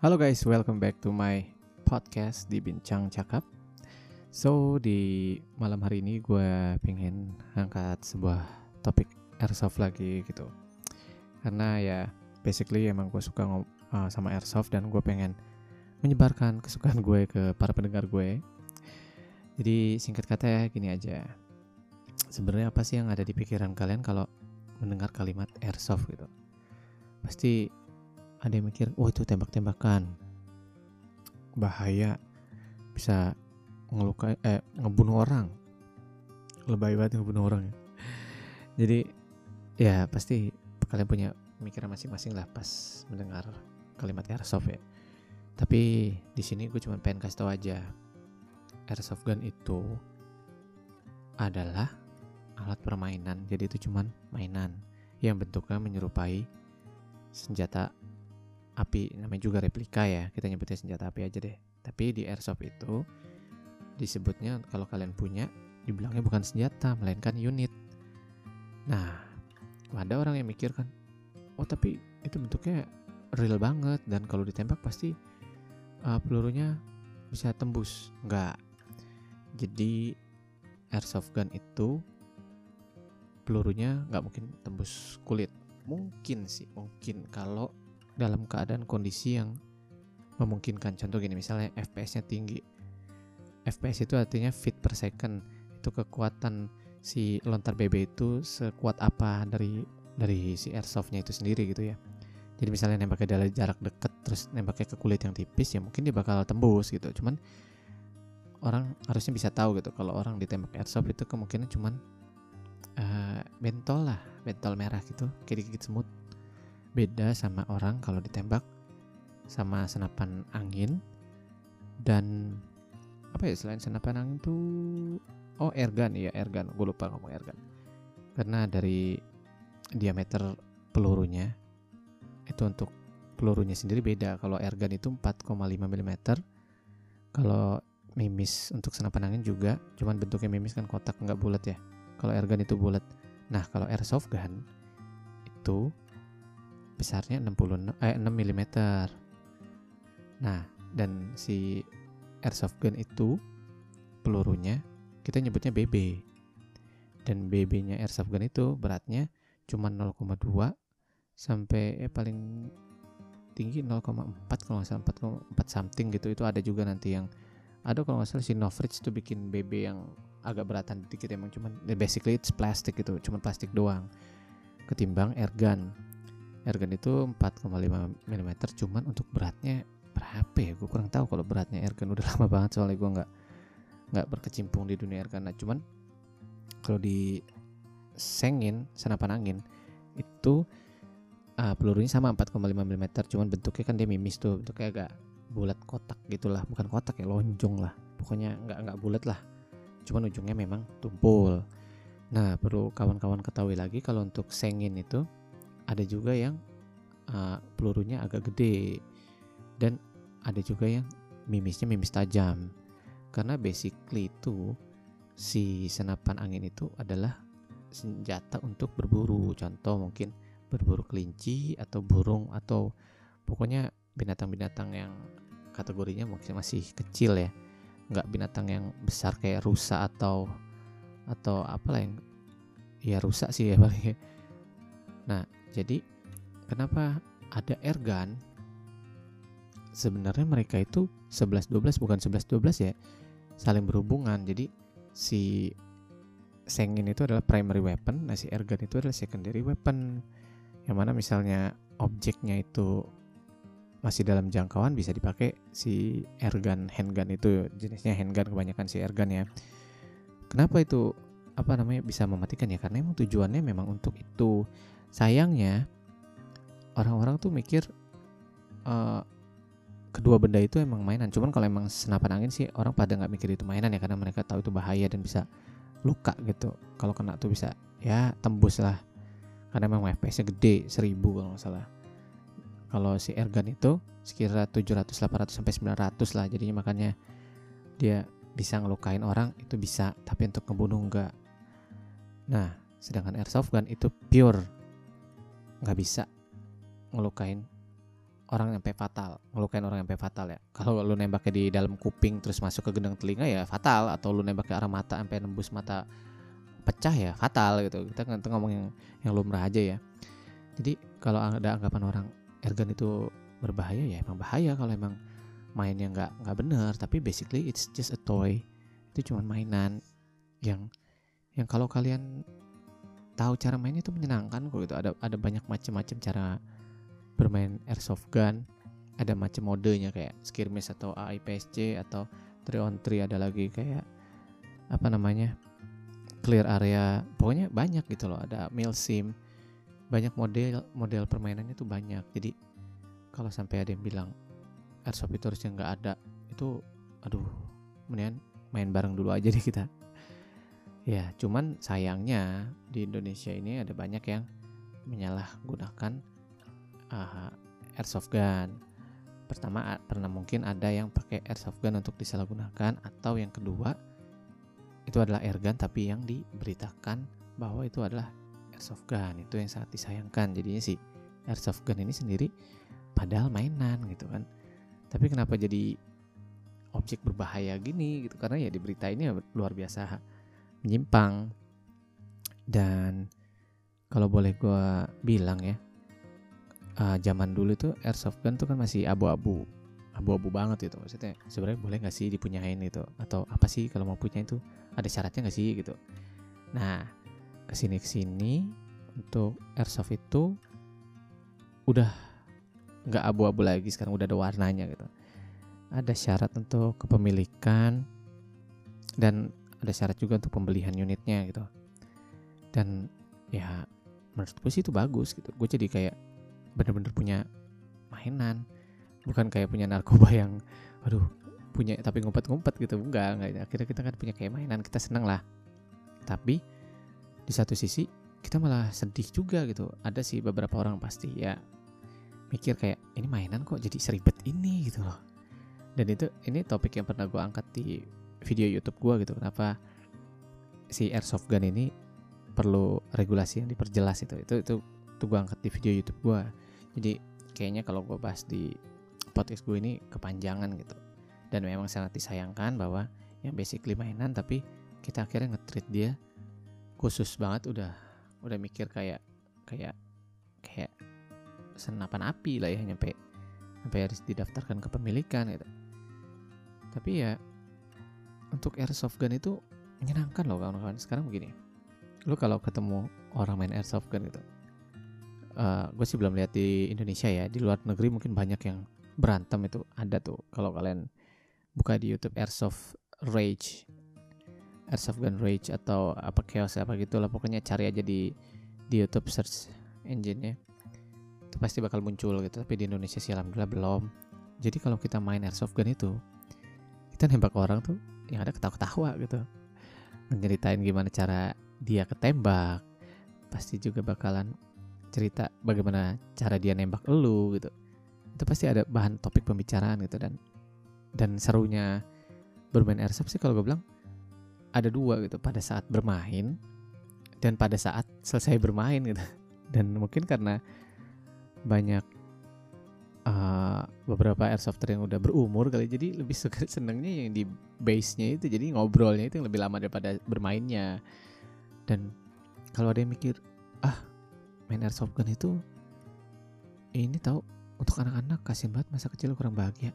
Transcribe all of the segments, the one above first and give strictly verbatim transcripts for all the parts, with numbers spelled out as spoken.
Halo guys, welcome back to my podcast di Bincang Cakap. So, di malam hari ini gue pengen angkat sebuah topik airsoft lagi gitu. Karena ya basically emang gue suka ngom- uh, sama airsoft dan gue pengen menyebarkan kesukaan gue ke para pendengar gue. Jadi singkat kata ya gini aja. Sebenarnya apa sih yang ada di pikiran kalian kalau mendengar kalimat airsoft gitu? Pasti ada yang mikir, oh itu tembak-tembakan, bahaya, bisa ngelukai, eh ngebunuh orang, lebay banget ngebunuh orang. Jadi ya pasti kalian punya pemikiran masing-masing lah pas mendengar kalimat airsoft ya. Tapi di sini gue cuma pengen kasih tau aja, airsoft gun itu adalah alat permainan. Jadi itu cuma mainan yang bentuknya menyerupai senjata api, namanya juga replika ya, kita nyebutnya senjata api aja deh. Tapi di airsoft itu disebutnya, kalau kalian punya, dibilangnya bukan senjata melainkan unit. Nah, ada orang yang mikir kan, oh tapi itu bentuknya real banget dan kalau ditembak pasti uh, pelurunya bisa tembus. Enggak. Jadi airsoft gun itu pelurunya nggak mungkin tembus kulit. Mungkin sih, mungkin kalau dalam keadaan kondisi yang memungkinkan. Contoh gini, misalnya F P S-nya tinggi. F P S itu artinya feet per second. Itu kekuatan si lontar B B itu sekuat apa dari dari si airsoft-nya itu sendiri gitu ya. Jadi misalnya nembaknya dari jarak dekat terus nembaknya ke kulit yang tipis, ya mungkin dia bakal tembus gitu. Cuman orang harusnya bisa tahu gitu kalau orang ditembak airsoft itu kemungkinan cuman uh, bentol lah, bentol merah gitu, kayak digigit semut. Beda sama orang kalau ditembak sama senapan angin dan apa ya, selain senapan angin tuh oh airgun ya airgun gue lupa ngomong airgun karena dari diameter pelurunya itu, untuk pelurunya sendiri beda. Kalau airgun itu empat koma lima milimeter, kalau mimis untuk senapan angin juga, cuman bentuknya mimis kan kotak nggak bulat ya. Kalau airgun itu bulat. Nah kalau airsoft gun itu besarnya enam puluh eh, enam milimeter. Nah, dan si airsoft gun itu pelurunya kita nyebutnya B B. Dan B B-nya airsoft gun itu beratnya cuma nol koma dua sampai eh, paling tinggi nol koma empat kalau nggak salah, empat koma empat something gitu. Itu ada juga nanti yang ada kalau nggak salah si Novritsch itu bikin B B yang agak beratan dikit, emang cuman basically it's plastic gitu, cuman plastik doang. Ketimbang airgun. Airgun itu empat koma lima milimeter, cuman untuk beratnya berapa ya? Gue kurang tahu kalau beratnya airgun, udah lama banget soalnya gue nggak nggak berkecimpung di dunia airgun. Nah, cuman kalau disengin senapan angin itu uh, pelurunya sama empat koma lima milimeter, cuman bentuknya kan dia mimis tuh, bentuknya agak bulat kotak gitulah, bukan kotak ya, lonjong lah, pokoknya nggak nggak bulat lah, cuman ujungnya memang tumpul. Nah, perlu kawan-kawan ketahui lagi kalau untuk sengin itu ada juga yang uh, pelurunya agak gede dan ada juga yang mimisnya mimis tajam. Karena basically itu si senapan angin itu adalah senjata untuk berburu. Contoh mungkin berburu kelinci atau burung atau pokoknya binatang-binatang yang kategorinya mungkin masih kecil ya, nggak binatang yang besar kayak rusa atau atau apalah yang ya rusa sih ya paling. Nah, jadi kenapa ada airgun? Sebenarnya mereka itu sebelas dua belas, bukan sebelas dua belas ya, saling berhubungan. Jadi si sengin itu adalah primary weapon, nah si airgun itu adalah secondary weapon. Yang mana misalnya objeknya itu masih dalam jangkauan, bisa dipakai si airgun, handgun itu jenisnya handgun kebanyakan si airgun ya. Kenapa itu apa namanya bisa mematikan ya? Karena emang tujuannya memang untuk itu. Sayangnya orang-orang tuh mikir uh, kedua benda itu emang mainan. Cuman kalau emang senapan angin sih orang pada nggak mikir itu mainan ya, karena mereka tahu itu bahaya dan bisa luka gitu. Kalau kena tuh bisa ya tembus lah, karena emang F P S-nya gede, seribu kalau nggak salah. Kalau si airgun itu sekira tujuh ratus delapan ratus sampai sembilan ratus lah. Jadinya makanya dia bisa ngelukain orang itu bisa, tapi untuk ngebunuh enggak. Nah, sedangkan airsoft gun itu pure nggak bisa ngelukain orang sampai fatal, ngelukain orang sampai fatal ya. Kalau lu nembaknya di dalam kuping terus masuk ke gendang telinga ya fatal, atau lu nembak ke arah mata sampai nembus mata pecah ya fatal gitu. Kita kan ngomong yang yang lumrah aja ya. Jadi kalau ada anggapan orang airgun itu berbahaya ya emang bahaya kalau emang mainnya nggak nggak bener. Tapi basically it's just a toy, itu cuma mainan yang yang kalau kalian tahu cara mainnya itu menyenangkan kok gitu. Ada ada banyak macam-macam cara bermain airsoft gun, ada macam modenya kayak skirmish atau A I P S C atau three on three, ada lagi kayak apa namanya clear area, pokoknya banyak gitu loh. Ada milsim, banyak model model permainannya tuh banyak. Jadi kalau sampai ada yang bilang airsoft itu harusnya nggak ada, itu aduh mendingan main bareng dulu aja deh kita. Ya cuman sayangnya di Indonesia ini ada banyak yang menyalahgunakan Uh, airsoft gun. Pertama pernah mungkin ada yang pakai airsoft gun untuk disalahgunakan, atau yang kedua itu adalah airgun tapi yang diberitakan bahwa itu adalah airsoft gun. Itu yang sangat disayangkan. Jadinya sih airsoft gun ini sendiri padahal mainan gitu kan, tapi kenapa jadi objek berbahaya gini gitu, karena ya di berita ini luar biasa menyimpang. Dan kalau boleh gue bilang ya, Uh, zaman dulu tuh airsoft gun tuh kan masih abu-abu, abu-abu banget gitu. Maksudnya sebenarnya boleh nggak sih dipunyain gitu, atau apa sih kalau mau punya itu ada syaratnya nggak sih gitu. Nah kesini kesini untuk airsoft itu udah nggak abu-abu lagi, sekarang udah ada warnanya gitu. Ada syarat untuk kepemilikan dan ada syarat juga untuk pembelian unitnya gitu. Dan ya menurut gue sih itu bagus gitu. Gue jadi kayak bener-bener punya mainan, bukan kayak punya narkoba yang aduh punya tapi ngumpet-ngumpet gitu. Enggak, enggak. Akhirnya kita kan punya kayak mainan, kita seneng lah. Tapi di satu sisi kita malah sedih juga gitu. Ada sih beberapa orang pasti ya mikir kayak ini mainan kok jadi seribet ini gitu loh. Dan itu ini topik yang pernah gue angkat di video YouTube gue gitu. Kenapa si airsoft gun ini perlu regulasi yang diperjelas itu. Itu itu itu gue angkat di video YouTube gue. Jadi kayaknya kalau gue bahas di podcast gue ini kepanjangan gitu. Dan memang sangat disayangkan bahwa yang basically mainan tapi kita akhirnya nge-treat dia khusus banget, udah udah mikir kayak kayak kayak senapan api lah ya, nyampe sampai harus didaftarkan kepemilikan gitu. Tapi ya untuk airsoft gun itu menyenangkan loh kawan-kawan. Sekarang begini, lu kalau ketemu orang main airsoft gun gitu, Uh, gue sih belum lihat di Indonesia ya, di luar negeri mungkin banyak yang berantem itu ada tuh. Kalau kalian buka di YouTube Airsoft Rage, Airsoft Gun Rage atau apa chaos apa gitu lah, pokoknya cari aja di di YouTube search engine-nya, itu pasti bakal muncul gitu. Tapi di Indonesia sih alhamdulillah belum. Jadi kalau kita main airsoft gun itu, kita nembak orang tuh yang ada ketawa-ketawa gitu, ngeceritain gimana cara dia ketembak, pasti juga bakalan cerita bagaimana cara dia nembak elu gitu. Itu pasti ada bahan topik pembicaraan gitu. Dan dan serunya bermain airsoft sih kalau gue bilang ada dua gitu, pada saat bermain dan pada saat selesai bermain gitu. Dan mungkin karena banyak uh, beberapa airsofter yang udah berumur kali, jadi lebih suka senengnya yang di base-nya itu, jadi ngobrolnya itu yang lebih lama daripada bermainnya. Dan kalau ada yang mikir ah main airsoft gun itu ini tahu untuk anak-anak, kasian banget masa kecil kurang bahagia.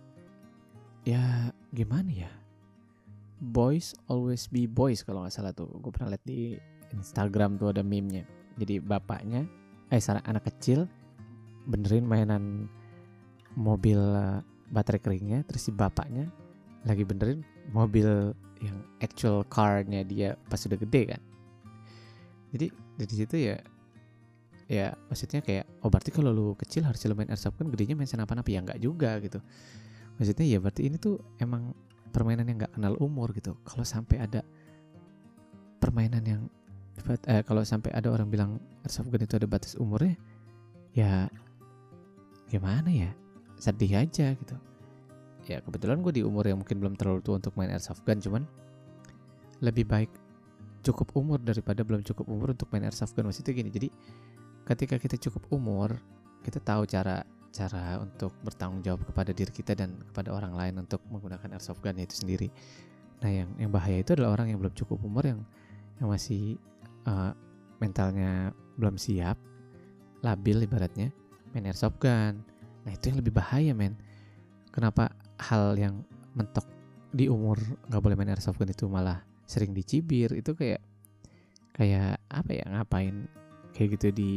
Ya gimana ya, boys always be boys kalau nggak salah tuh. Gue pernah lihat di Instagram tuh ada meme-nya. Jadi bapaknya, eh salah anak kecil benerin mainan mobil uh, baterai keringnya, terus si bapaknya lagi benerin mobil yang actual car-nya dia pas udah gede kan. Jadi dari situ ya ya maksudnya kayak oh berarti kalau lu kecil harus lu main airsoft kan gedenya main senapan api, ya enggak juga gitu. Maksudnya ya berarti ini tuh emang permainan yang enggak kenal umur gitu. Kalau sampai ada permainan yang eh, kalau sampai ada orang bilang airsoft gun itu ada batas umurnya, ya gimana ya, sedih aja gitu. Ya kebetulan gue di umur yang mungkin belum terlalu tua untuk main airsoft gun, cuman lebih baik cukup umur daripada belum cukup umur untuk main airsoft gun. Maksudnya gini, jadi ketika kita cukup umur, kita tahu cara cara untuk bertanggung jawab kepada diri kita dan kepada orang lain untuk menggunakan airsoft gun itu sendiri. Nah yang yang bahaya itu adalah orang yang belum cukup umur, yang yang masih uh, mentalnya belum siap, labil ibaratnya, main airsoft gun. Nah itu yang lebih bahaya, men. Kenapa hal yang mentok di umur nggak boleh main airsoft gun itu malah sering dicibir? Itu kayak kayak apa ya, ngapain kayak gitu di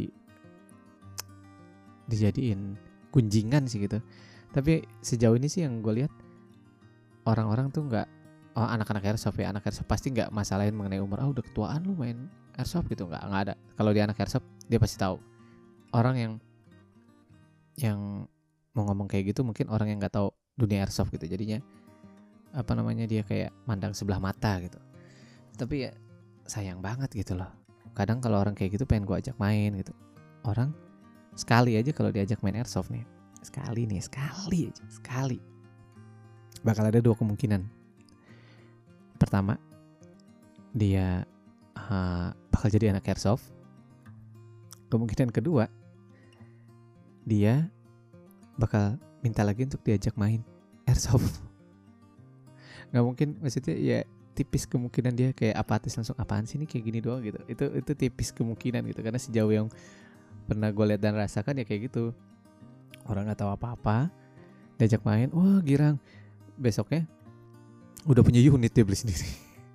dijadiin gunjingan sih gitu. Tapi sejauh ini sih yang gue lihat orang-orang tuh nggak, oh anak-anak airsoft ya, anak airsoft pasti nggak masalahin mengenai umur. Ah udah ketuaan lu main airsoft gitu, nggak nggak ada. Kalau di anak airsoft dia pasti tahu. Orang yang yang mau ngomong kayak gitu mungkin orang yang nggak tahu dunia airsoft gitu, jadinya apa namanya dia kayak mandang sebelah mata gitu. Tapi ya sayang banget gitu loh. Kadang kalau orang kayak gitu pengen gue ajak main gitu. Orang sekali aja kalau diajak main airsoft nih, sekali nih sekali aja sekali, bakal ada dua kemungkinan. Pertama, dia uh, bakal jadi anak airsoft. Kemungkinan kedua, dia bakal minta lagi untuk diajak main airsoft. Nggak mungkin, maksudnya ya tipis kemungkinan dia kayak apatis langsung, apaan sih ini kayak gini doang gitu. Itu itu tipis kemungkinan gitu, karena sejauh yang pernah gue lihat dan rasakan ya kayak gitu. Orang nggak tahu apa-apa diajak main, wah girang, besoknya udah punya unit dia beli sendiri.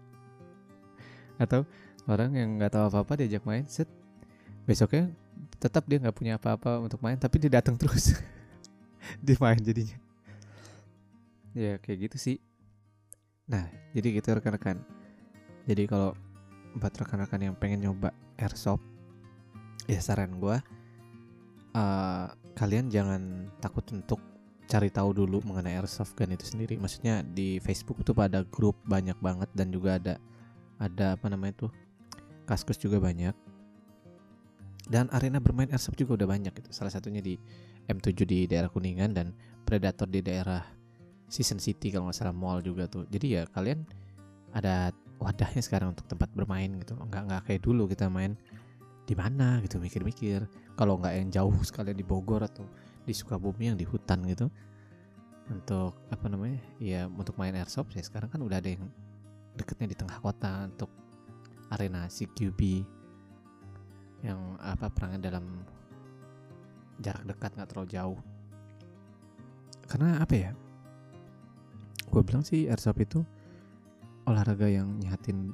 Atau orang yang nggak tahu apa-apa diajak main, set, besoknya tetap dia nggak punya apa-apa untuk main, tapi dia datang terus. Dia main jadinya. Ya kayak gitu sih. Nah jadi gitu rekan-rekan. Jadi kalau buat rekan-rekan yang pengen nyoba airsoft, ya saran gue, uh, kalian jangan takut untuk cari tahu dulu mengenai airsoft gun itu sendiri. Maksudnya di Facebook tuh pada grup banyak banget, dan juga ada ada apa namanya tuh, Kaskus juga banyak, dan arena bermain airsoft juga udah banyak gitu. Salah satunya di M tujuh di daerah Kuningan, dan Predator di daerah Season City kalau nggak salah, mall juga tuh. Jadi ya kalian ada wadahnya sekarang untuk tempat bermain gitu. Nggak nggak kayak dulu kita main di mana gitu, mikir-mikir. Kalau nggak yang jauh sekalian di Bogor atau di Sukabumi yang di hutan gitu, untuk apa namanya ya, untuk main airsoft ya sekarang kan udah ada yang deketnya di tengah kota, untuk arena C Q B yang apa, perangnya dalam jarak dekat, nggak terlalu jauh. Karena apa ya, gue bilang sih airsoft itu olahraga yang nyatin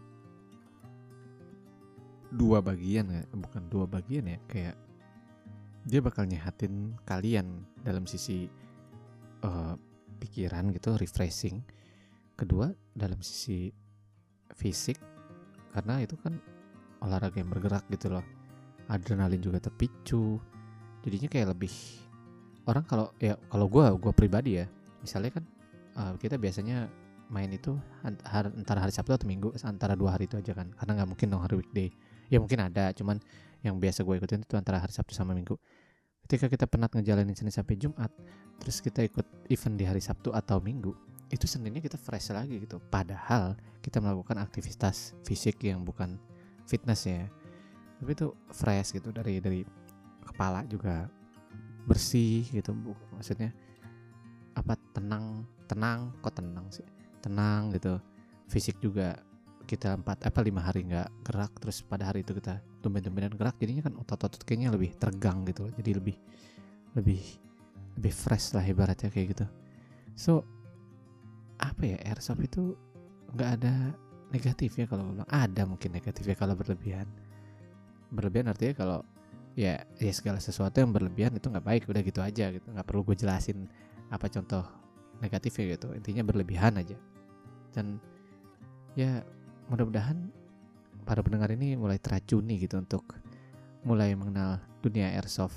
dua bagian ya, bukan dua bagian ya, kayak dia bakal nyehatin kalian dalam sisi uh, pikiran gitu, refreshing. Kedua dalam sisi fisik, karena itu kan olahraga yang bergerak gitu loh, adrenalin juga terpicu, jadinya kayak lebih orang kalau ya kalau gue gue pribadi ya, misalnya kan uh, kita biasanya main itu antara hari Sabtu atau Minggu, antara dua hari itu aja kan, karena nggak mungkin dong hari weekday. Ya mungkin ada, cuman yang biasa gue ikutin itu antara hari Sabtu sama Minggu. Ketika kita penat ngejalanin Senin sampai Jumat, terus kita ikut event di hari Sabtu atau Minggu, itu Seninnya kita fresh lagi gitu. Padahal kita melakukan aktivitas fisik yang bukan fitness ya, tapi itu fresh gitu, dari dari kepala juga bersih gitu, maksudnya apa, tenang tenang kok tenang sih tenang gitu. Fisik juga kita empat apa lima hari nggak gerak, terus pada hari itu kita tumben-tumbenan gerak, jadinya kan otot-otot kayaknya lebih tergang gitu, jadi lebih lebih lebih fresh lah ibaratnya kayak gitu. So apa ya, airsoft itu nggak ada negatifnya kalau gue bilang. Ada mungkin negatifnya kalau berlebihan. Berlebihan artinya kalau ya ya segala sesuatu yang berlebihan itu nggak baik, udah gitu aja gitu, nggak perlu gue jelasin apa contoh negatifnya gitu, intinya berlebihan aja. Dan ya mudah-mudahan para pendengar ini mulai teracuni gitu untuk mulai mengenal dunia airsoft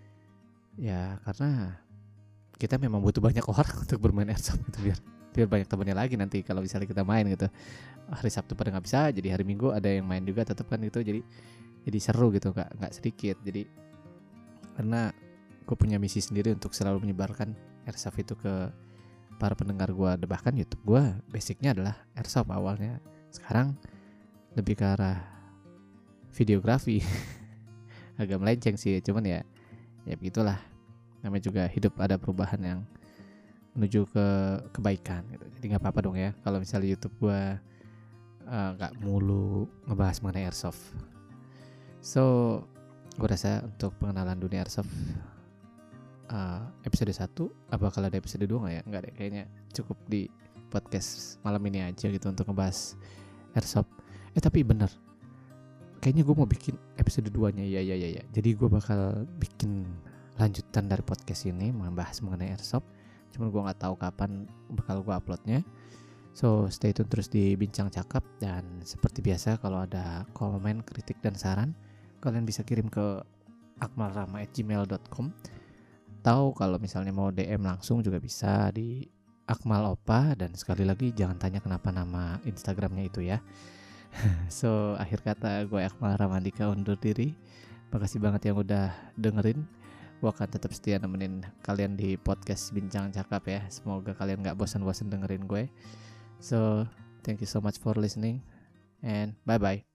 ya, karena kita memang butuh banyak orang untuk bermain airsoft gitu, biar biar banyak temannya lagi nanti kalau misalnya kita main gitu. Hari Sabtu pada nggak bisa, jadi hari Minggu ada yang main juga tetap kan gitu, jadi jadi seru gitu, nggak nggak sedikit. Jadi karena gue punya misi sendiri untuk selalu menyebarkan airsoft itu ke para pendengar gue. Bahkan YouTube gue basicnya adalah airsoft awalnya, sekarang lebih ke arah videografi. Agak melenceng sih, cuman ya ya begitulah. namanya juga hidup ada perubahan yang menuju ke kebaikan gitu. Jadi nggak apa-apa dong ya kalau misalnya YouTube gue nggak uh, mulu ngebahas mengenai airsoft. So gue rasa untuk pengenalan dunia airsoft uh, episode satu, apa kalau ada episode dua nggak ya? Nggak deh, kayaknya cukup di podcast malam ini aja gitu untuk ngebahas airsoft. Eh tapi bener, kayaknya gue mau bikin episode dua-nya. Ya ya ya ya. Jadi gue bakal bikin lanjutan dari podcast ini membahas mengenai airsoft. Cuman gue nggak tahu kapan bakal gue uploadnya. So stay tune terus di Bincang Cakap. Dan seperti biasa kalau ada komen, kritik dan saran, kalian bisa kirim ke akmalrama at gmail dot com. Atau kalau misalnya mau D M langsung juga bisa di Akmal Opa. Dan sekali lagi jangan tanya kenapa nama Instagramnya itu ya. So akhir kata gue Akmal Ramandika undur diri. Makasih banget yang udah dengerin. Gue akan tetap setia nemenin kalian di podcast Bincang Cakap ya. Semoga kalian gak bosan-bosan dengerin gue. So thank you so much for listening and bye bye.